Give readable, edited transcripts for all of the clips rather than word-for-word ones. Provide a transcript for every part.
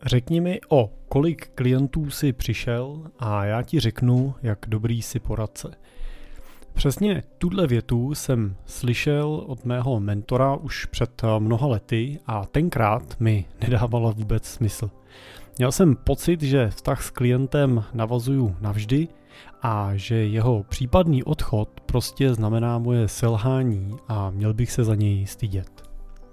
Řekni mi, o kolik klientů jsi přišel a já ti řeknu, jak dobrý jsi poradce. Přesně tuhle větu jsem slyšel od mého mentora už před mnoha lety a tenkrát mi nedávala vůbec smysl. Měl jsem pocit, že vztah s klientem navazuju navždy a že jeho případný odchod prostě znamená moje selhání a měl bych se za něj stydět.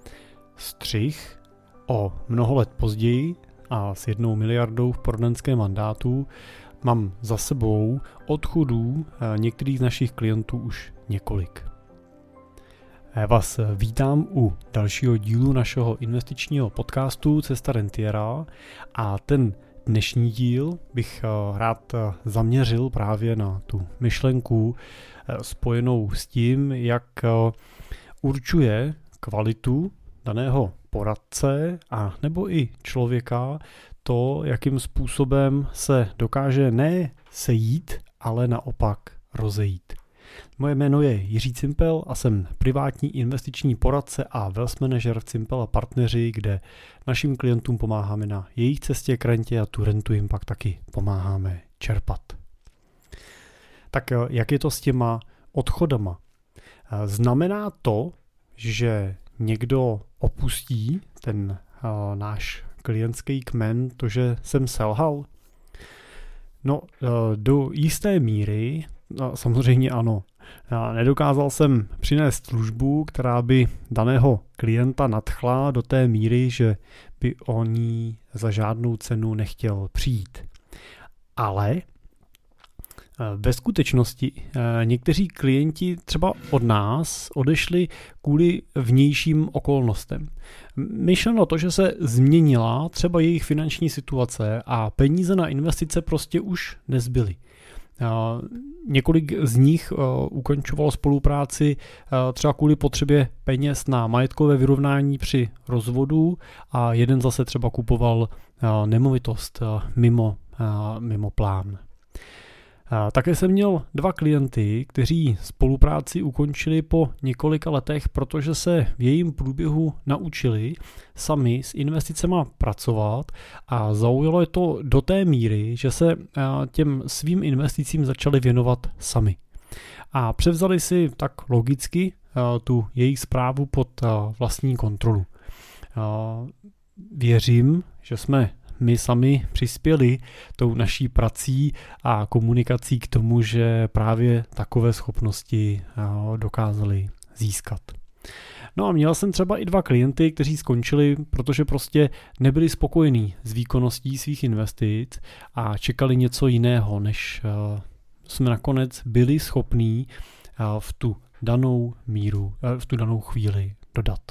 Střih o mnoho let později a s 1 miliardou v poradenském mandátu mám za sebou odchodů některých z našich klientů už několik. Já vás vítám u dalšího dílu našeho investičního podcastu Cesta rentiera a ten dnešní díl bych rád zaměřil právě na tu myšlenku spojenou s tím, jak určuje kvalitu daného poradce a nebo i člověka to, jakým způsobem se dokáže ne sejít, ale naopak rozejít. Moje jméno je Jiří Cimpel a jsem privátní investiční poradce a wealth manager v Cimpel a partneři, kde našim klientům pomáháme na jejich cestě k rentě a tu rentu jim pak taky pomáháme čerpat. Tak jak je to s těma odchodama? Znamená to, že někdo opustí ten náš klientský kmen, to, že jsem selhal? No, do jisté míry, samozřejmě ano. Nedokázal jsem přinést službu, která by daného klienta nadchla do té míry, že by o ní za žádnou cenu nechtěl přijít. Ale ve skutečnosti někteří klienti třeba od nás odešli kvůli vnějším okolnostem. Myšleno to, že se změnila třeba jejich finanční situace a peníze na investice prostě už nezbyly. Několik z nich ukončovalo spolupráci třeba kvůli potřebě peněz na majetkové vyrovnání při rozvodu a jeden zase třeba kupoval nemovitost mimo plán. Také jsem měl 2 klienty, kteří spolupráci ukončili po několika letech, protože se v jejím průběhu naučili sami s investicema pracovat a zaujalo je to do té míry, že se těm svým investicím začali věnovat sami. A převzali si tak logicky tu jejich správu pod vlastní kontrolu. Věřím, že jsme my sami přispěli tou naší prací a komunikací k tomu, že právě takové schopnosti dokázali získat. No a měl jsem třeba i 2 klienty, kteří skončili, protože prostě nebyli spokojení s výkonností svých investic a čekali něco jiného, než jsme nakonec byli schopní v tu danou míru, v tu danou chvíli dodat.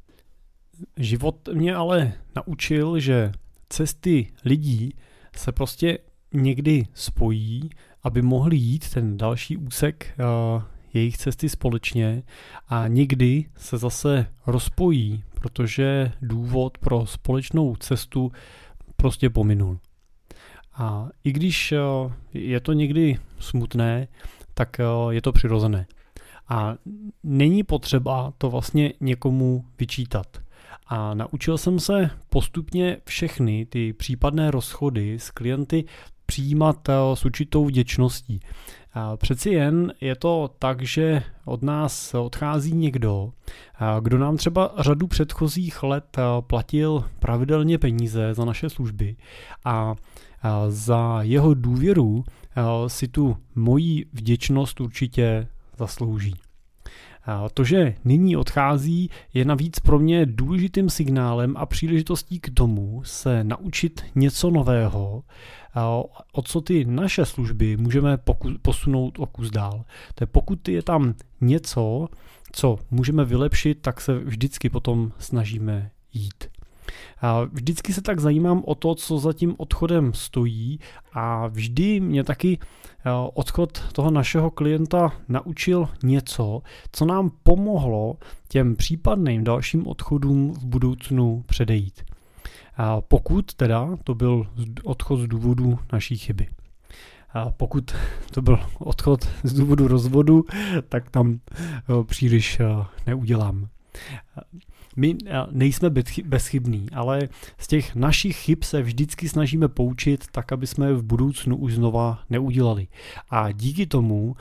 Život mě ale naučil, že cesty lidí se prostě někdy spojí, aby mohli jít ten další úsek jejich cesty společně a někdy se zase rozpojí, protože důvod pro společnou cestu prostě pominul. A i když je to někdy smutné, tak je to přirozené. A není potřeba to vlastně někomu vyčítat. A naučil jsem se postupně všechny ty případné rozchody s klienty přijímat s určitou vděčností. Přeci jen je to tak, že od nás odchází někdo, kdo nám třeba řadu předchozích let platil pravidelně peníze za naše služby a za jeho důvěru si tu moji vděčnost určitě zaslouží. To, že nyní odchází, je navíc pro mě důležitým signálem a příležitostí k tomu se naučit něco nového, o co ty naše služby můžeme posunout o kus dál. To je, pokud je tam něco, co můžeme vylepšit, tak se vždycky potom snažíme jít. Vždycky se tak zajímám o to, co za tím odchodem stojí a vždy mě taky odchod toho našeho klienta naučil něco, co nám pomohlo těm případným dalším odchodům v budoucnu předejít. Pokud teda to byl odchod z důvodu naší chyby. Pokud to byl odchod z důvodu rozvodu, tak tam příliš neudělám. my nejsme bezchybní, ale z těch našich chyb se vždycky snažíme poučit tak, aby jsme je v budoucnu už znova neudělali. A díky tomu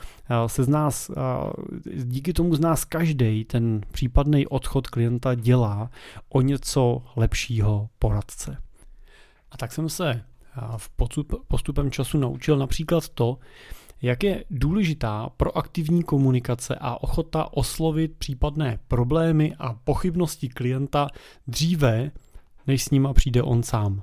z nás každý ten případný odchod klienta dělá o něco lepšího poradce. A tak jsem se postupem času naučil například to, jak je důležitá proaktivní komunikace a ochota oslovit případné problémy a pochybnosti klienta dříve, než s nima přijde on sám.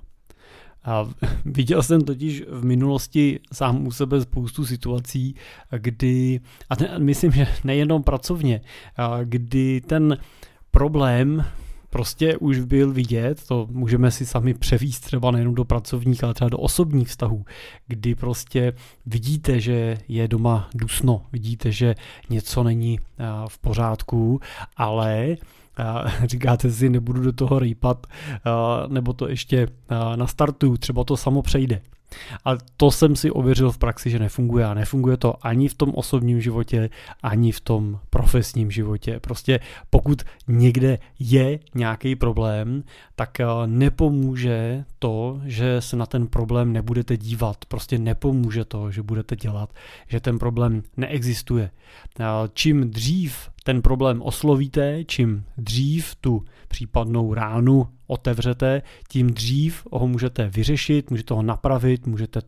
A viděl jsem totiž v minulosti sám u sebe spoustu situací, kdy, myslím, že nejenom pracovně, kdy ten problém prostě už byl vidět, to můžeme si sami převést třeba nejen do pracovních, ale třeba do osobních vztahů, kdy prostě vidíte, že je doma dusno, vidíte, že něco není v pořádku, ale říkáte si, nebudu do toho rejpat, nebo to ještě nastartuju, třeba to samo přejde. Ale to jsem si ověřil v praxi, že nefunguje. A nefunguje to ani v tom osobním životě, ani v tom profesním životě. Prostě pokud někde je nějaký problém, tak nepomůže to, že se na ten problém nebudete dívat. Prostě nepomůže to, že budete dělat, že ten problém neexistuje. Čím dřív ten problém oslovíte, čím dřív tu případnou ránu otevřete, tím dřív ho můžete vyřešit, můžete ho napravit, můžete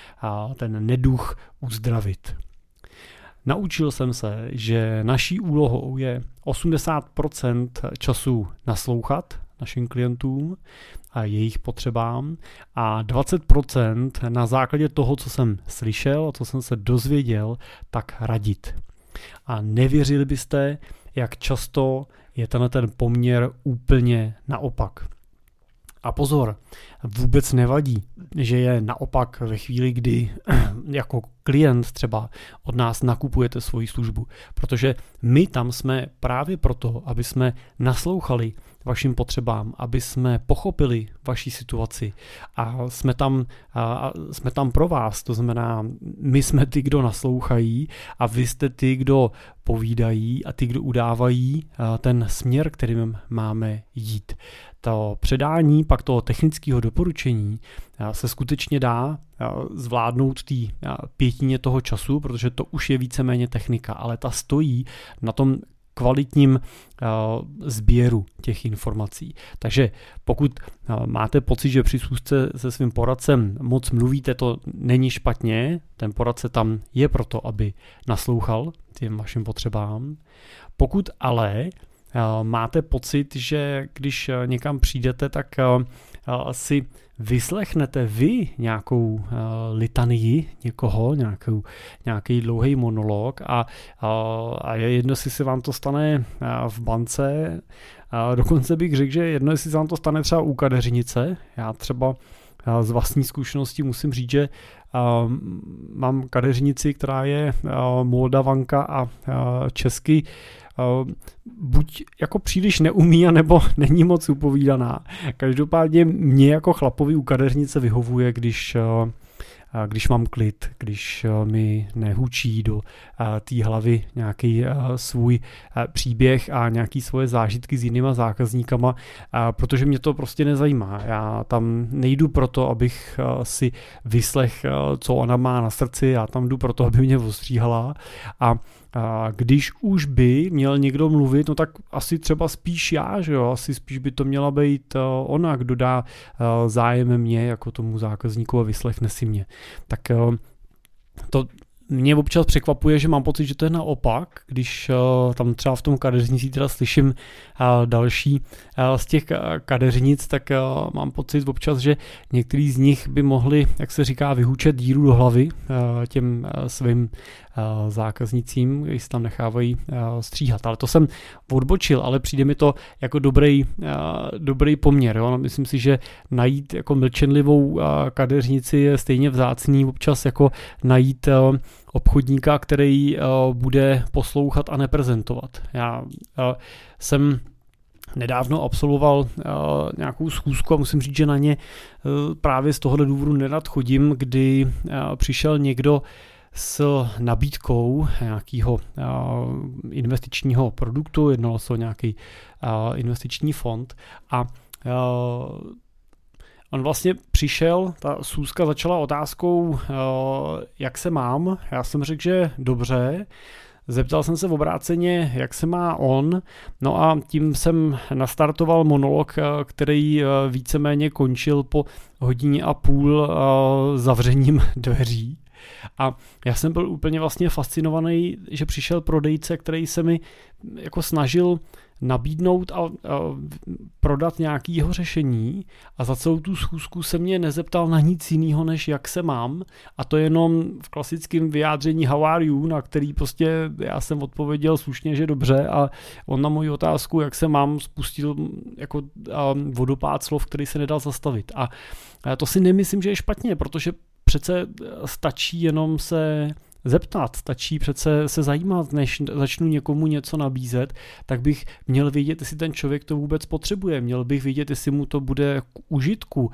ten neduch uzdravit. Naučil jsem se, že naší úlohou je 80% času naslouchat našim klientům a jejich potřebám a 20% na základě toho, co jsem slyšel a co jsem se dozvěděl, tak radit. A nevěřili byste, jak často je ten poměr úplně naopak. A pozor, vůbec nevadí, že je naopak ve chvíli, kdy jako klient třeba od nás nakupujete svoji službu, protože my tam jsme právě proto, aby jsme naslouchali vašim potřebám, aby jsme pochopili vaši situaci a jsme tam pro vás, to znamená, my jsme ty, kdo naslouchají a vy jste ty, kdo povídají a ty, kdo udávají ten směr, kterým máme jít. To předání pak toho technického doporučení se skutečně dá zvládnout té pětině toho času, protože to už je víceméně technika, ale ta stojí na tom kvalitním sběru těch informací. Takže pokud máte pocit, že při schůzce se svým poradcem moc mluvíte, to není špatně, ten poradce tam je proto, aby naslouchal těm vašim potřebám. Pokud ale máte pocit, že když někam přijdete, tak si vyslechnete vy nějakou litanii někoho, nějaký dlouhý monolog a je jedno, jestli se vám to stane v bance, dokonce bych řekl, že jedno, jestli se vám to stane třeba u kadeřnice. Já třeba z vlastní zkušenosti musím říct, že mám kadeřnici, která je Moldavanka a česky buď jako příliš neumí, anebo není moc upovídaná. Každopádně mě jako chlapovi u kadeřnice vyhovuje, když mám klid, když mi nehučí do té hlavy nějaký svůj příběh a nějaký svoje zážitky s jinýma zákazníkama, protože mě to prostě nezajímá. Já tam nejdu proto, abych si vyslech, co ona má na srdci, já tam jdu proto, aby mě ostříhala a když už by měl někdo mluvit, no tak asi třeba spíš já, že jo, asi spíš by to měla být ona, kdo dá zájem mě jako tomu zákazníku a vyslechne si mě. Tak to mě občas překvapuje, že mám pocit, že to je naopak, když tam třeba v tom kadeřnictví teda slyším další z těch kadeřnic, tak mám pocit občas, že některý z nich by mohli, jak se říká, vyhučet díru do hlavy těm svým zákaznicím, když se tam nechávají stříhat. Ale to jsem odbočil, ale přijde mi to jako dobrý poměr. Jo? Myslím si, že najít jako mlčenlivou kadeřnici je stejně vzácný občas jako najít obchodníka, který bude poslouchat a neprezentovat. Já jsem nedávno absolvoval nějakou schůzku a musím říct, že na ně právě z tohohle důvodu nerad chodím, kdy přišel někdo s nabídkou nějakého investičního produktu, jednalo se o nějaký investiční fond a on vlastně přišel, ta schůzka začala otázkou, jak se mám, já jsem řekl, že dobře, zeptal jsem se obráceně, jak se má on, no a tím jsem nastartoval monolog, který víceméně končil po hodině a půl zavřením dveří. A já jsem byl úplně vlastně fascinovaný, že přišel prodejce, který se mi jako snažil nabídnout a prodat nějaký jeho řešení a za celou tu schůzku se mě nezeptal na nic jiného, než jak se mám, a to jenom v klasickém vyjádření how are you, na který prostě já jsem odpověděl slušně, že dobře, a on na moji otázku, jak se mám, spustil jako vodopád slov, který se nedal zastavit. A to si nemyslím, že je špatně, protože přece stačí jenom se zeptat, stačí přece se zajímat, než začnu někomu něco nabízet, tak bych měl vědět, jestli ten člověk to vůbec potřebuje, měl bych vědět, jestli mu to bude k užitku.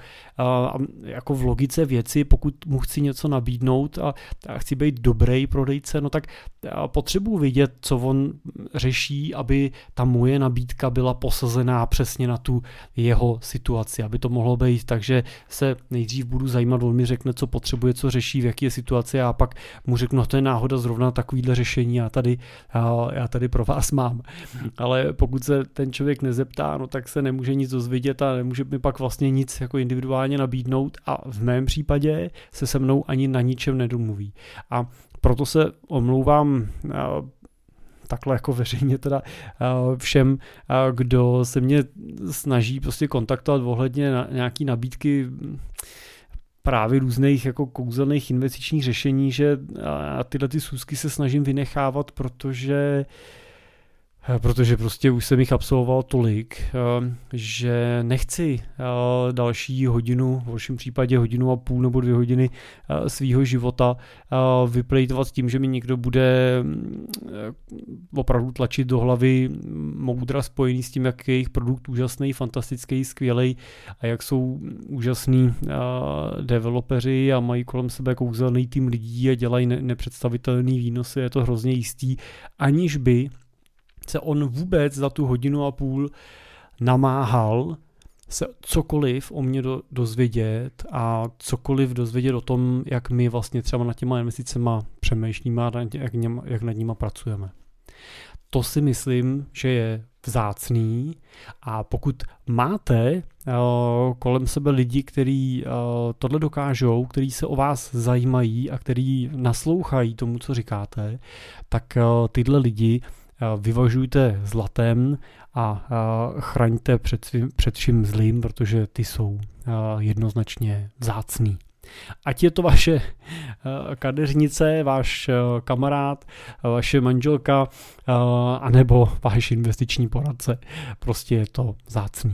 Jako v logice věci, pokud mu chci něco nabídnout a chci být dobrý prodejce, no tak potřebuji vědět, co on řeší, aby ta moje nabídka byla posazená přesně na tu jeho situaci, aby to mohlo být tak, že se nejdřív budu zajímat, on mi řekne, co potřebuje, co řeší, v jaké je situaci, a pak mu řeknu, no to je náhoda, zrovna takovýhle řešení já tady pro vás mám. Ale pokud se ten člověk nezeptá, no tak se nemůže nic dozvědět a nemůže mi pak vlastně nic jako individuálně nabídnout, a v mém případě se mnou ani na ničem nedomluví. A proto se omlouvám takhle jako veřejně teda všem, kdo se mě snaží prostě kontaktovat ohledně nějaký nabídky právě různých jako kouzelných investičních řešení, že tyhle ty schůzky se snažím vynechávat, protože prostě už jsem jich absolvoval tolik, že nechci další hodinu, v horším případě hodinu a půl nebo 2 hodiny svýho života vyplejtovat tím, že mi někdo bude opravdu tlačit do hlavy moudra spojený s tím, jak je jejich produkt úžasný, fantastický, skvělej a jak jsou úžasný developeři a mají kolem sebe kouzelný tým lidí a dělají nepředstavitelný výnosy, je to hrozně jistý, aniž by se on vůbec za tu hodinu a půl namáhal se cokoliv o mě dozvědět a cokoliv dozvědět o tom, jak my vlastně třeba nad těma investicema přemýšlíme a jak nad nima pracujeme. To si myslím, že je vzácný, a pokud máte kolem sebe lidi, kteří tohle dokážou, kteří se o vás zajímají a kteří naslouchají tomu, co říkáte, tak tyhle lidi vyvažujte zlatem a chraňte před vším zlým, protože ty jsou jednoznačně vzácný. Ať je to vaše kadeřnice, váš kamarád, vaše manželka, anebo váš investiční poradce, prostě je to vzácný.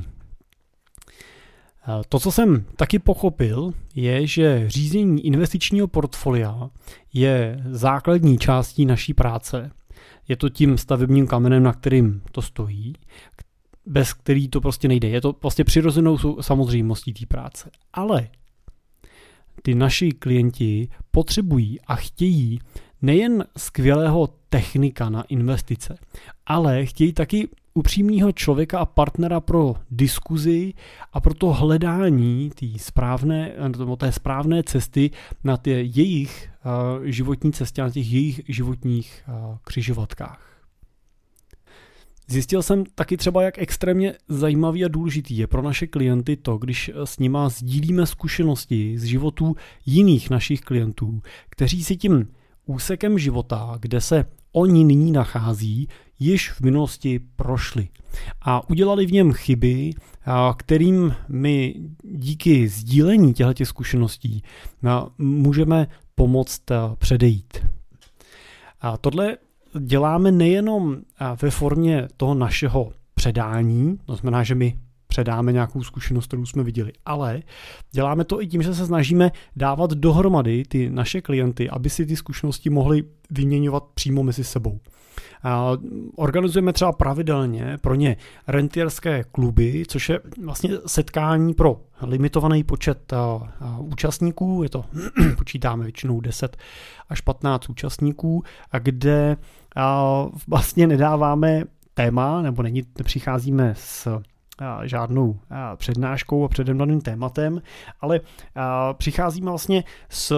To, co jsem taky pochopil, je, že řízení investičního portfolia je základní částí naší práce. Je to tím stavebním kamenem, na kterým to stojí, bez který to prostě nejde. Je to prostě přirozenou samozřejmostí té práce. Ale ty naši klienti potřebují a chtějí nejen skvělého technika na investice, ale chtějí taky upřímného člověka a partnera pro diskuzi a pro to hledání té správné cesty na té jejich životní cestě, na těch jejich životních křižovatkách. Zjistil jsem taky třeba, jak extrémně zajímavý a důležitý je pro naše klienty to, když s nima sdílíme zkušenosti z životů jiných našich klientů, kteří si tím úsekem života, kde se oni nyní nachází, již v minulosti prošli a udělali v něm chyby, kterým my díky sdílení těchto zkušeností můžeme pomoct předejít. A tohle děláme nejenom ve formě toho našeho předání, to znamená, že my předáme nějakou zkušenost, kterou jsme viděli, ale děláme to i tím, že se snažíme dávat dohromady ty naše klienty, aby si ty zkušenosti mohli vyměňovat přímo mezi sebou. Organizujeme třeba pravidelně pro ně rentierské kluby, což je vlastně setkání pro limitovaný počet účastníků, je to, počítáme většinou 10 až 15 účastníků, a kde vlastně nedáváme téma, nebo nepřicházíme s žádnou přednáškou a předem daným tématem, ale přicházíme vlastně s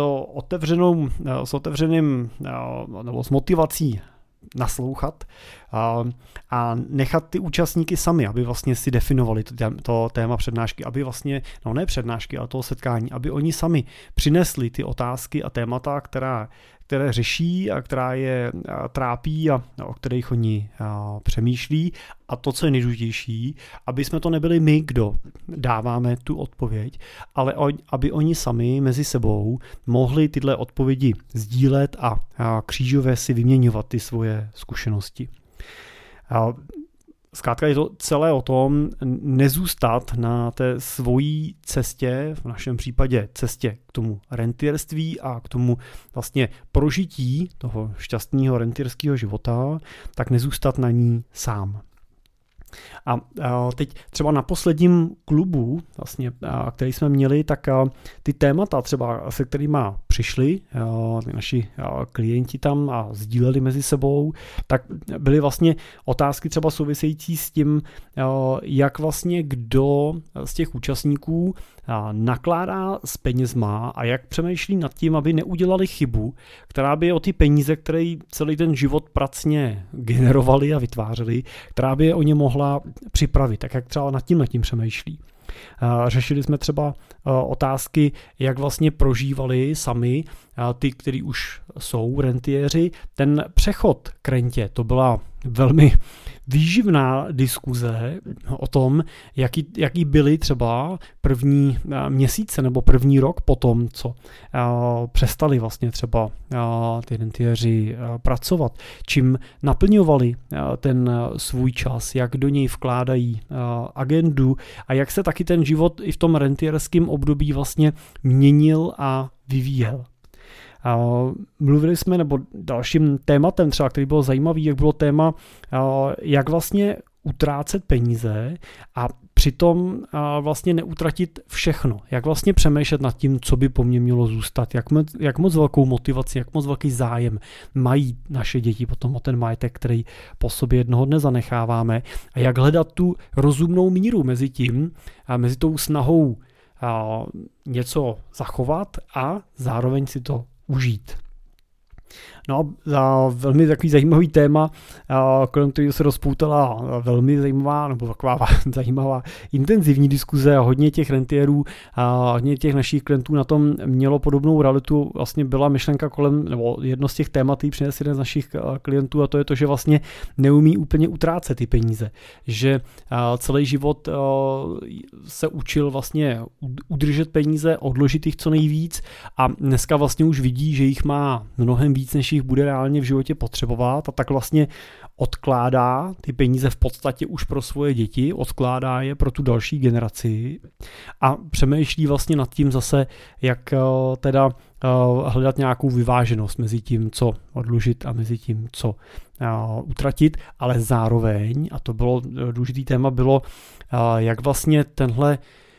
otevřeným nebo s motivací naslouchat a nechat ty účastníky sami, aby vlastně si definovali to téma přednášky, aby vlastně, no ne přednášky, ale toho setkání, aby oni sami přinesli ty otázky a témata, které řeší a která je trápí a o kterých oni přemýšlí. A to, co je nejdůležitější, aby jsme to nebyli my, kdo dáváme tu odpověď, ale aby oni sami mezi sebou mohli tyhle odpovědi sdílet a křížově si vyměňovat ty svoje zkušenosti. Zkrátka je to celé o tom nezůstat na té svojí cestě, v našem případě cestě k tomu rentierství a k tomu vlastně prožití toho šťastného rentierského života, tak nezůstat na ní sám. A teď třeba na posledním klubu, vlastně, který jsme měli, tak ty témata třeba, se kterými přišli naši klienti tam a sdíleli mezi sebou, tak byly vlastně otázky třeba související s tím, jak vlastně kdo z těch účastníků nakládá s penězma a jak přemýšlí nad tím, aby neudělali chybu, která by o ty peníze, které celý ten život pracně generovali a vytvářeli, která by je o ně mohla připravit, tak jak třeba nad tím přemýšlí. Řešili jsme třeba otázky, jak vlastně prožívali sami ty, kteří už jsou rentiéři, ten přechod k rentě. To byla velmi výživná diskuze o tom, jaký byly třeba první měsíce nebo první rok po tom, co přestali vlastně třeba ty rentiéři pracovat, čím naplňovali ten svůj čas, jak do něj vkládají agendu a jak se taky ten život i v tom rentierském období vlastně měnil a vyvíjel. Mluvili jsme, nebo dalším tématem třeba, který byl zajímavý, jak bylo téma, jak vlastně utrácet peníze a přitom vlastně neutratit všechno. Jak vlastně přemýšlet nad tím, co by po mně mělo zůstat, jak moc velkou motivaci, jak moc velký zájem mají naše děti potom o ten majetek, který po sobě jednoho dne zanecháváme a jak hledat tu rozumnou míru mezi tím a mezi tou snahou něco zachovat a zároveň si to užít. No a velmi takový zajímavý téma, kolem kterého se rozpoutala velmi zajímavá, nebo taková zajímavá intenzivní diskuze a hodně těch rentierů a hodně těch našich klientů na tom mělo podobnou realitu. Vlastně byla myšlenka kolem, nebo jedno z těch témat, který přinesl jeden z našich klientů, a to je to, že vlastně neumí úplně utrácet ty peníze. Že celý život se učil vlastně udržet peníze, odložit jich co nejvíc a dneska vlastně už vidí, že jich má mnohem víc, než jich bude reálně v životě potřebovat a tak vlastně odkládá ty peníze v podstatě už pro svoje děti, odkládá je pro tu další generaci a přemýšlí vlastně nad tím zase, jak teda hledat nějakou vyváženost mezi tím, co odložit a mezi tím, co utratit, ale zároveň, a to bylo důležitý téma, bylo, jak vlastně tenhle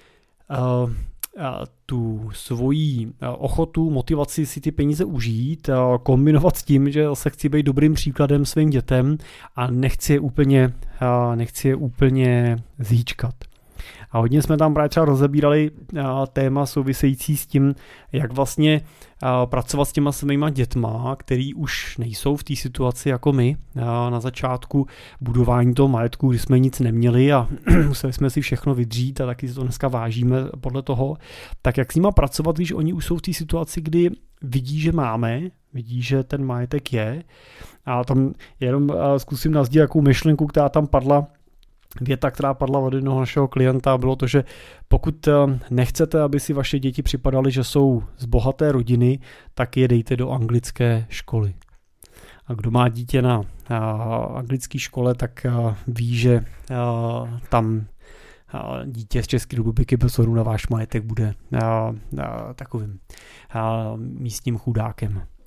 tu svoji ochotu, motivaci si ty peníze užít, kombinovat s tím, že se chci být dobrým příkladem svým dětem a nechci je úplně zhýčkat. A hodně jsme tam právě třeba rozebírali téma související s tím, jak vlastně pracovat s těma svýma dětma, který už nejsou v té situaci jako my na začátku budování toho majetku, kdy jsme nic neměli a museli jsme si všechno vydřít a taky si to dneska vážíme podle toho, tak jak s nima pracovat, když oni už jsou v té situaci, kdy vidí, že máme, vidí, že ten majetek je a tam jenom zkusím nasdílet jakou myšlenku, která tam padla, věta, která padla od jednoho našeho klienta, bylo to, že pokud nechcete, aby si vaše děti připadaly, že jsou z bohaté rodiny, tak je dejte do anglické školy. A kdo má dítě na anglické škole, tak ví, že tam dítě z České republiky bez ohledu na váš majetek bude takovým místním chudákem.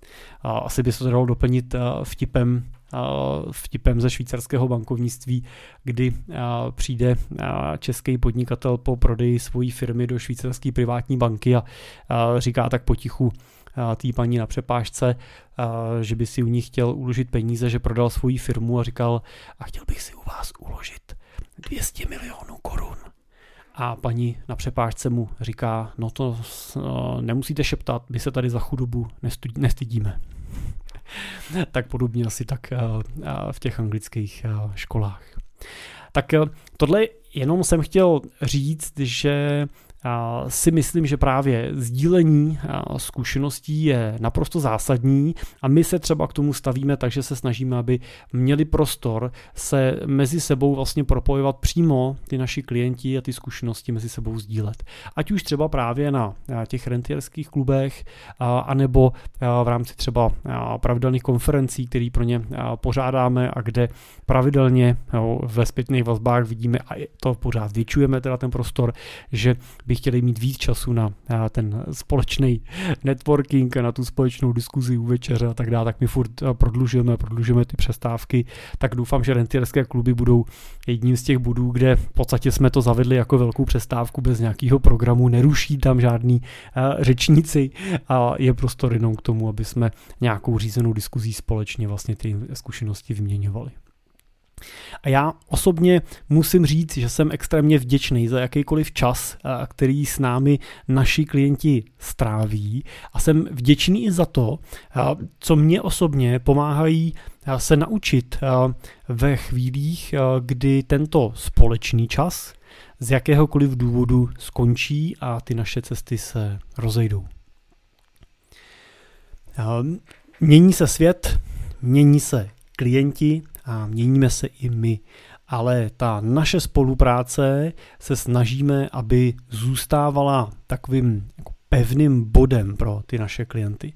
Asi by se to dalo doplnit vtipem ze švýcarského bankovnictví, kdy přijde český podnikatel po prodeji svojí firmy do švýcarské privátní banky a říká tak potichu té paní na přepážce, že by si u ní chtěl uložit peníze, že prodal svoji firmu a říkal, a chtěl bych si u vás uložit 200 milionů korun. A paní na přepážce mu říká, no to nemusíte šeptat, my se tady za chudobu nestydíme. Tak podobně asi tak v těch anglických školách. Tak tohle jenom jsem chtěl říct, že si myslím, že právě sdílení zkušeností je naprosto zásadní a my se třeba k tomu stavíme, takže se snažíme, aby měli prostor se mezi sebou vlastně propojovat přímo ty naši klienti a ty zkušenosti mezi sebou sdílet. Ať už třeba právě na těch rentierských klubech, anebo v rámci třeba pravidelných konferencí, které pro ně pořádáme a kde pravidelně ve zpětných vazbách vidíme, a to pořád zvětšujeme teda ten prostor, že by chtěli mít víc času na ten společný networking, na tu společnou diskuzi u večeře a tak dále, tak my furt prodlužujeme ty přestávky, tak doufám, že rentierské kluby budou jedním z těch bodů, kde v podstatě jsme to zavedli jako velkou přestávku bez nějakého programu, neruší tam žádný řečníci a je prostor jenom k tomu, aby jsme nějakou řízenou diskuzí společně vlastně ty zkušenosti vyměňovali. A já osobně musím říct, že jsem extrémně vděčný za jakýkoliv čas, který s námi naši klienti stráví, a jsem vděčný i za to, co mě osobně pomáhají se naučit ve chvílích, kdy tento společný čas z jakéhokoliv důvodu skončí a ty naše cesty se rozejdou. Mění se svět, mění se klienti a měníme se i my, ale ta naše spolupráce se snažíme, aby zůstávala takovým jako pevným bodem pro ty naše klienty.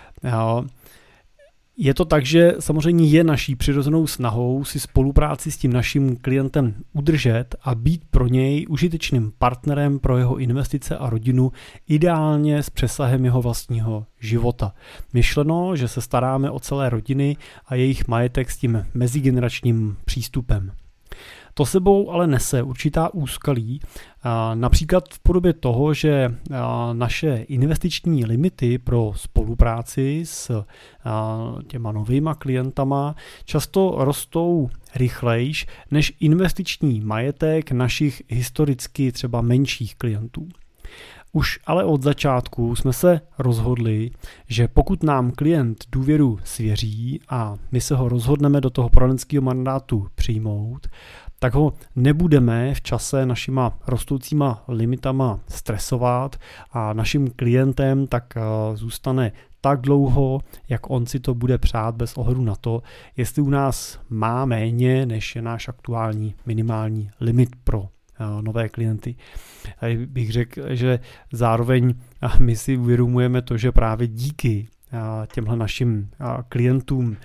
Je to tak, že samozřejmě je naší přirozenou snahou si spolupráci s tím naším klientem udržet a být pro něj užitečným partnerem pro jeho investice a rodinu, ideálně s přesahem jeho vlastního života. Myšleno, že se staráme o celé rodiny a jejich majetek s tím mezigeneračním přístupem. To sebou ale nese určitá úskalí, například v podobě toho, že naše investiční limity pro spolupráci s těma novýma klientama často rostou rychlejš než investiční majetek našich historicky třeba menších klientů. Už ale od začátku jsme se rozhodli, že pokud nám klient důvěru svěří a my se ho rozhodneme do toho poradenského mandátu přijmout, tak ho nebudeme v čase našima rostoucíma limitama stresovat a našim klientem tak zůstane tak dlouho, jak on si to bude přát bez ohledu na to, jestli u nás má méně, než je náš aktuální minimální limit pro nové klienty. Bych řekl, že zároveň my si uvědomujeme to, že právě díky těmhle našim klientům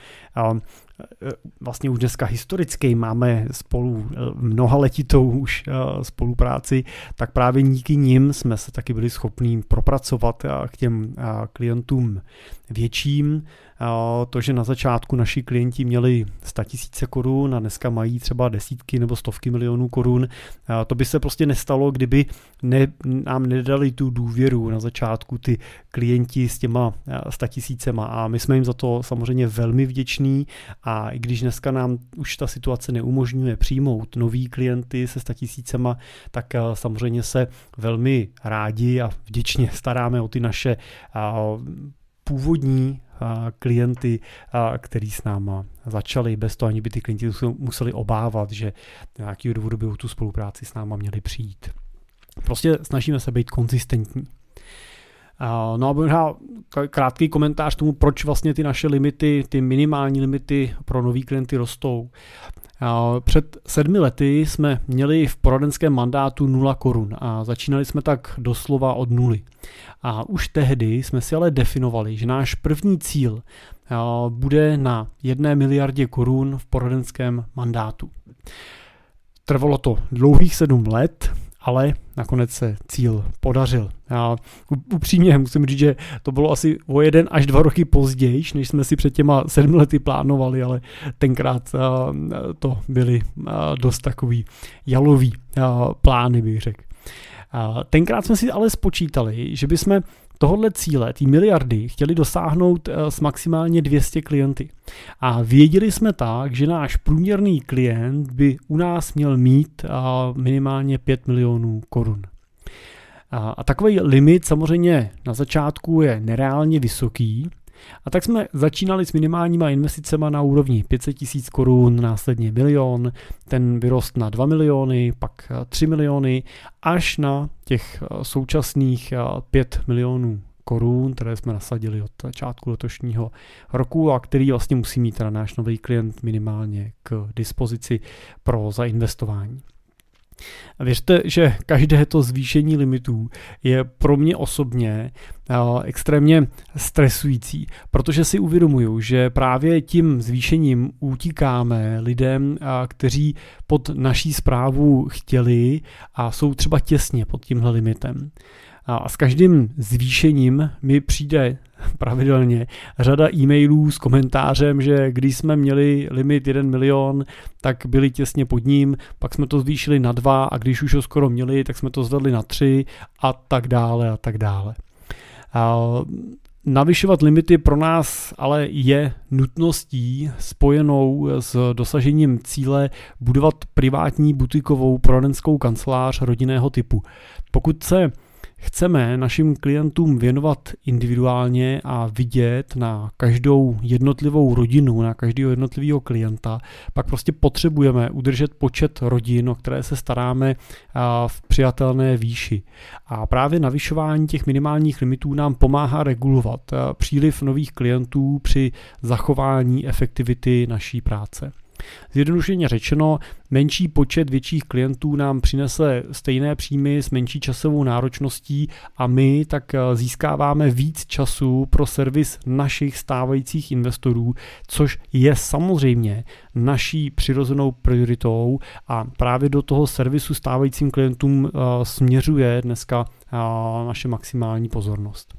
vlastně už dneska historicky máme spolu mnohaletitou už spolupráci, tak právě díky nim jsme se taky byli schopní propracovat k těm klientům větším. To, že na začátku naši klienti měli 100 000 korun a dneska mají třeba desítky nebo stovky milionů korun, to by se prostě nestalo, kdyby nám nedali tu důvěru na začátku ty klienti s těma 100 000 a my jsme jim za to samozřejmě velmi vděční. A i když dneska nám už ta situace neumožňuje přijmout nový klienty se 100 000, tak samozřejmě se velmi rádi a vděčně staráme o ty naše původní klienty, který s náma začali, bez toho ani by ty klienti museli obávat, že nějakého důvodu by tu spolupráci s náma měli přijít. Prostě snažíme se být konzistentní. No a možná krátký komentář tomu, proč vlastně ty naše limity, ty minimální limity pro nový klienty rostou. Před 7 lety jsme měli v poradenském mandátu 0 korun a začínali jsme tak doslova od nuly. A už tehdy jsme si ale definovali, že náš první cíl bude na 1 miliardě korun v poradenském mandátu. Trvalo to dlouhých 7 let, ale nakonec se cíl podařil. Já upřímně musím říct, že to bylo asi o 1 až 2 roky později, než jsme si před těma 7 lety plánovali, ale tenkrát to byly dost takový jalový plány, bych řekl. Tenkrát jsme si ale spočítali, že bychom tohodle cíle, ty miliardy, chtěli dosáhnout s maximálně 200 klienty. A věděli jsme tak, že náš průměrný klient by u nás měl mít minimálně 5 milionů korun. A takový limit samozřejmě na začátku je nereálně vysoký, a tak jsme začínali s minimálníma investicema na úrovni 500 000 korun, následně 1 milion, ten vyrost na 2 miliony, pak 3 miliony, až na těch současných 5 milionů korun, které jsme nasadili od začátku letošního roku a který vlastně musí mít teda náš nový klient minimálně k dispozici pro zainvestování. A věřte, že každé to zvýšení limitů je pro mě osobně extrémně stresující, protože si uvědomuju, že právě tím zvýšením utíkáme lidem, kteří pod naší správu chtěli a jsou třeba těsně pod tímhle limitem. A s každým zvýšením mi přijde pravidelně řada e-mailů s komentářem, že když jsme měli limit 1 milion, tak byli těsně pod ním, pak jsme to zvýšili na 2 a když už ho skoro měli, tak jsme to zvedli na 3 a tak dále a tak dále. Navyšovat limity pro nás ale je nutností spojenou s dosažením cíle budovat privátní butikovou poradenskou kancelář rodinného typu. Pokud se chceme našim klientům věnovat individuálně a vidět na každou jednotlivou rodinu, na každého jednotlivého klienta, pak prostě potřebujeme udržet počet rodin, o které se staráme v přijatelné výši. A právě navyšování těch minimálních limitů nám pomáhá regulovat příliv nových klientů při zachování efektivity naší práce. Zjednodušeně řečeno, menší počet větších klientů nám přinese stejné příjmy s menší časovou náročností a my tak získáváme víc času pro servis našich stávajících investorů, což je samozřejmě naší přirozenou prioritou a právě do toho servisu stávajícím klientům směřuje dneska naše maximální pozornost.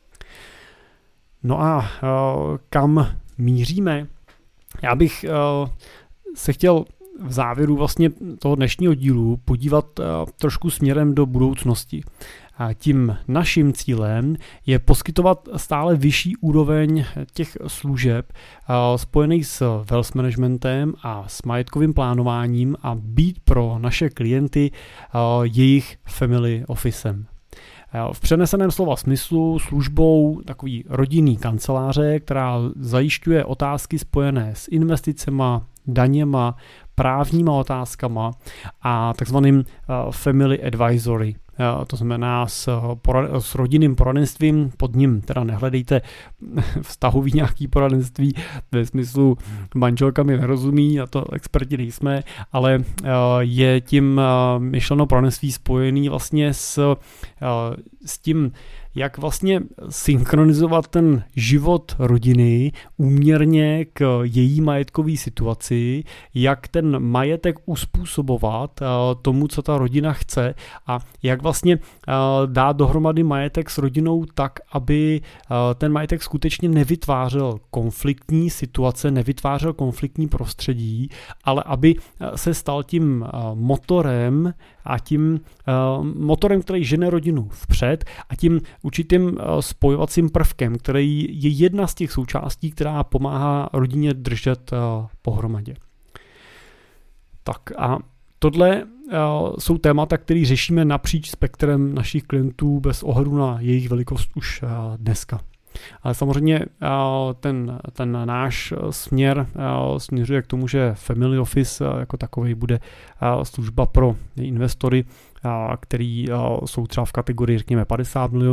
No a kam míříme? Já bych se chtěl v závěru vlastně toho dnešního dílu podívat trošku směrem do budoucnosti. A tím naším cílem je poskytovat stále vyšší úroveň těch služeb spojených s wealth managementem a s majetkovým plánováním a být pro naše klienty jejich family officem. V přeneseném slova smyslu službou takový rodinný kanceláře, která zajišťuje otázky spojené s investicema, daněma, právníma otázkama a takzvaným family advisory. To znamená s rodinným poradenstvím, pod ním teda nehledejte vztahový nějaký poradenství ve smyslu manželka mi nerozumí, a to experti nejsme, ale je tím myšleno poradenství spojený vlastně s tím, jak vlastně synchronizovat ten život rodiny úměrně k její majetkové situaci, jak ten majetek uspůsobovat tomu, co ta rodina chce a jak vlastně dát dohromady majetek s rodinou tak, aby ten majetek skutečně nevytvářel konfliktní situace, nevytvářel konfliktní prostředí, ale aby se stal tím motorem a tím motorem, který žene rodinu vpřed a tím určitým spojovacím prvkem, který je jedna z těch součástí, která pomáhá rodině držet pohromadě. Tak a tohle jsou témata, které řešíme napříč spektrem našich klientů bez ohledu na jejich velikost už dneska. Ale samozřejmě ten náš směr směřuje k tomu, že Family Office jako takový bude služba pro investory, který jsou třeba v kategorii řekněme 50 milionů a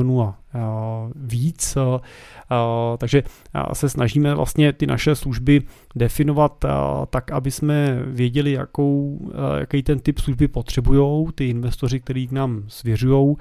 víc, takže se snažíme vlastně ty naše služby definovat tak, aby jsme věděli, jaký ten typ služby potřebujou ty investoři, který k nám svěřují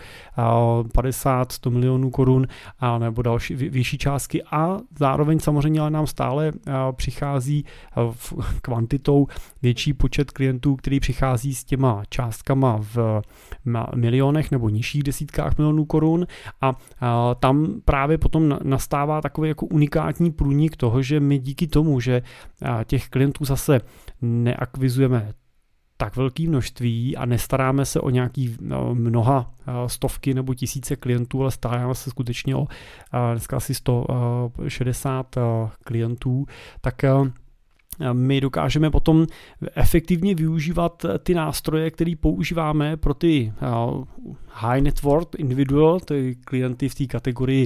50-100 milionů korun nebo další vyšší částky, a zároveň samozřejmě nám stále přichází kvantitou větší počet klientů, který přichází s těma částkama v milionech nebo nižších desítkách milionů korun, a tam právě potom nastává takový jako unikátní průnik toho, že my díky tomu, že těch klientů zase neakvizujeme tak velké množství a nestaráme se o nějaký mnoha stovky nebo tisíce klientů, ale staráme se skutečně o dneska asi 160 klientů, tak my dokážeme potom efektivně využívat ty nástroje, které používáme pro ty high net worth individual, ty klienty v té kategorii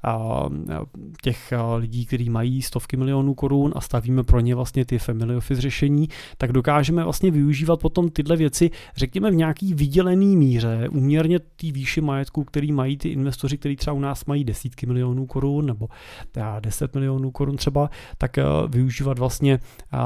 těch lidí, kteří mají stovky milionů korun a stavíme pro ně vlastně ty family office řešení, tak dokážeme vlastně využívat potom tyhle věci, řekněme v nějaký vydělený míře, úměrně té výši majetku, který mají ty investoři, kteří třeba u nás mají desítky milionů korun nebo 10 milionů korun třeba, tak využívat vlastně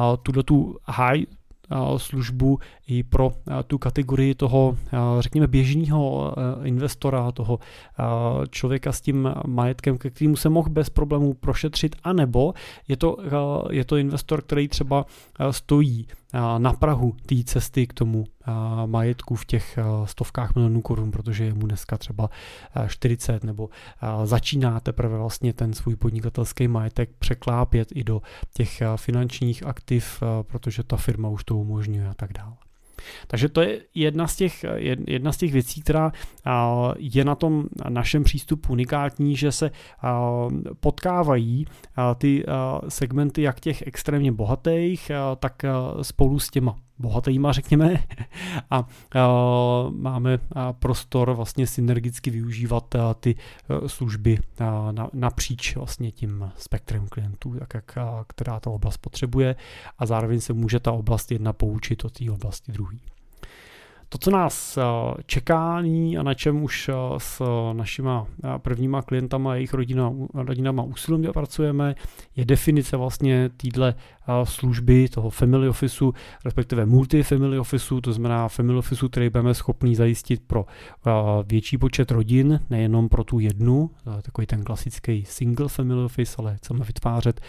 tu high službu i pro tu kategorii toho, řekněme, běžného investora, toho člověka s tím majetkem, ke kterému se mohl bez problémů prošetřit, anebo je to investor, který třeba stojí na prahu té cesty k tomu majetku v těch stovkách milionů korun, protože je mu dneska třeba 40 nebo začíná teprve vlastně ten svůj podnikatelský majetek překlápět i do těch finančních aktiv, protože ta firma už to umožňuje a tak dále. Takže to je jedna z těch věcí, která je na tom našem přístupu unikátní, že se potkávají ty segmenty jak těch extrémně bohatých, tak spolu s těma bohatýma, řekněme, a máme prostor vlastně synergicky využívat ty služby napříč vlastně tím spektrem klientů, která ta oblast potřebuje, a zároveň se může ta oblast jedna poučit od té oblasti druhé. To, co nás čeká a na čem už s našima prvníma klientama a jejich rodinama usilovně pracujeme, je definice vlastně téhle služby, toho family officeu, respektive multi-family officeu, to znamená family officeu, který budeme schopni zajistit pro větší počet rodin, nejenom pro tu jednu, takový ten klasický single family office, ale chceme vytvářet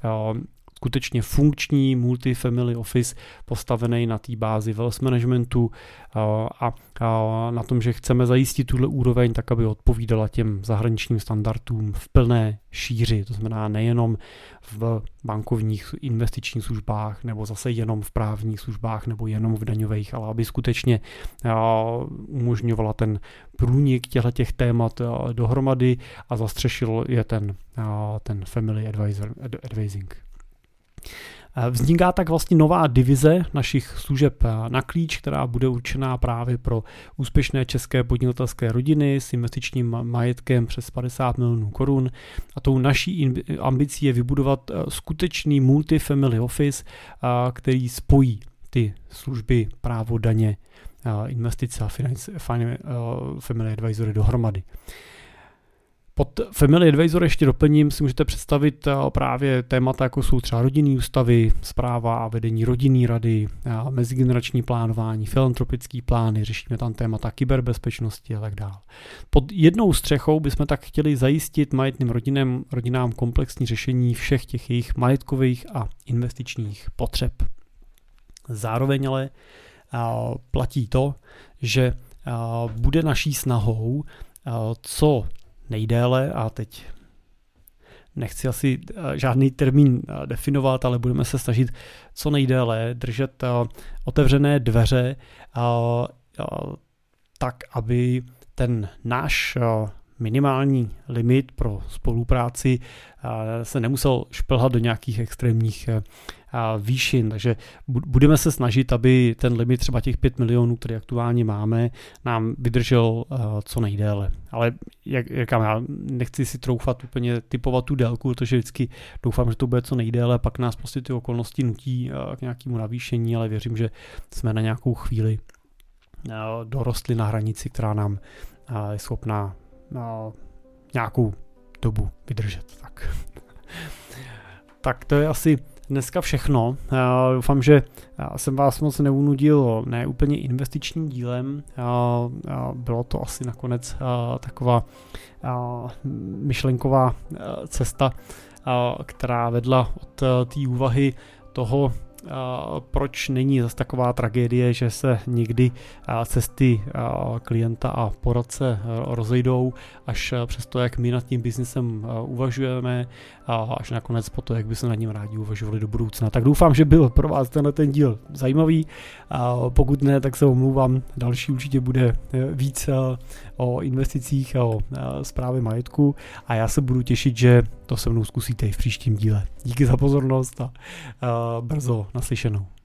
skutečně funkční multi-family office postavený na té bázi wealth managementu a na tom, že chceme zajistit tuhle úroveň tak, aby odpovídala těm zahraničním standardům v plné šíři. To znamená nejenom v bankovních investičních službách nebo zase jenom v právních službách nebo jenom v daňových, ale aby skutečně umožňovala ten průnik těch témat dohromady a zastřešil je ten family advising. Vzniká tak vlastně nová divize našich služeb na klíč, která bude určená právě pro úspěšné české podnikatelské rodiny s investičním majetkem přes 50 milionů korun. A tou naší ambicí je vybudovat skutečný multi-family office, který spojí ty služby, právo, daně, investice a family advisory dohromady. Pod Family Advisor ještě doplním, si můžete představit právě témata, jako jsou třeba rodinné ústavy, správa a vedení rodinné rady, mezigenerační plánování, filantropické plány, řešíme tam témata kyberbezpečnosti a tak dále. Pod jednou střechou bychom tak chtěli zajistit majetným rodinám komplexní řešení všech těch jejich majetkových a investičních potřeb. Zároveň ale platí to, že bude naší snahou co nejdéle, a teď nechci asi žádný termín definovat, ale budeme se snažit co nejdéle držet otevřené dveře tak, aby ten náš minimální limit pro spolupráci se nemusel šplhat do nějakých extrémních výšin, takže budeme se snažit, aby ten limit třeba těch 5 milionů, který aktuálně máme, nám vydržel co nejdéle. Ale jak říkám, já nechci si troufat úplně typovat tu délku, protože vždycky doufám, že to bude co nejdéle, pak nás prostě ty okolnosti nutí k nějakému navýšení, ale věřím, že jsme na nějakou chvíli dorostli na hranici, která nám je schopná nějakou dobu vydržet. Tak to je asi dneska všechno. Doufám, že jsem vás moc neunudil ne úplně investičním dílem. Bylo to asi nakonec taková myšlenková cesta, která vedla od té úvahy toho, proč není zase taková tragédie, že se někdy cesty klienta a poradce rozejdou, až přes to, jak my nad tím biznesem uvažujeme, až nakonec po to, jak bychom nad ním rádi uvažovali do budoucna. Tak doufám, že byl pro vás ten díl zajímavý. Pokud ne, tak se omlouvám. Další určitě bude víc o investicích a o správě majetku a já se budu těšit, že to se mnou zkusíte i v příštím díle. Díky za pozornost a brzo naslyšenou.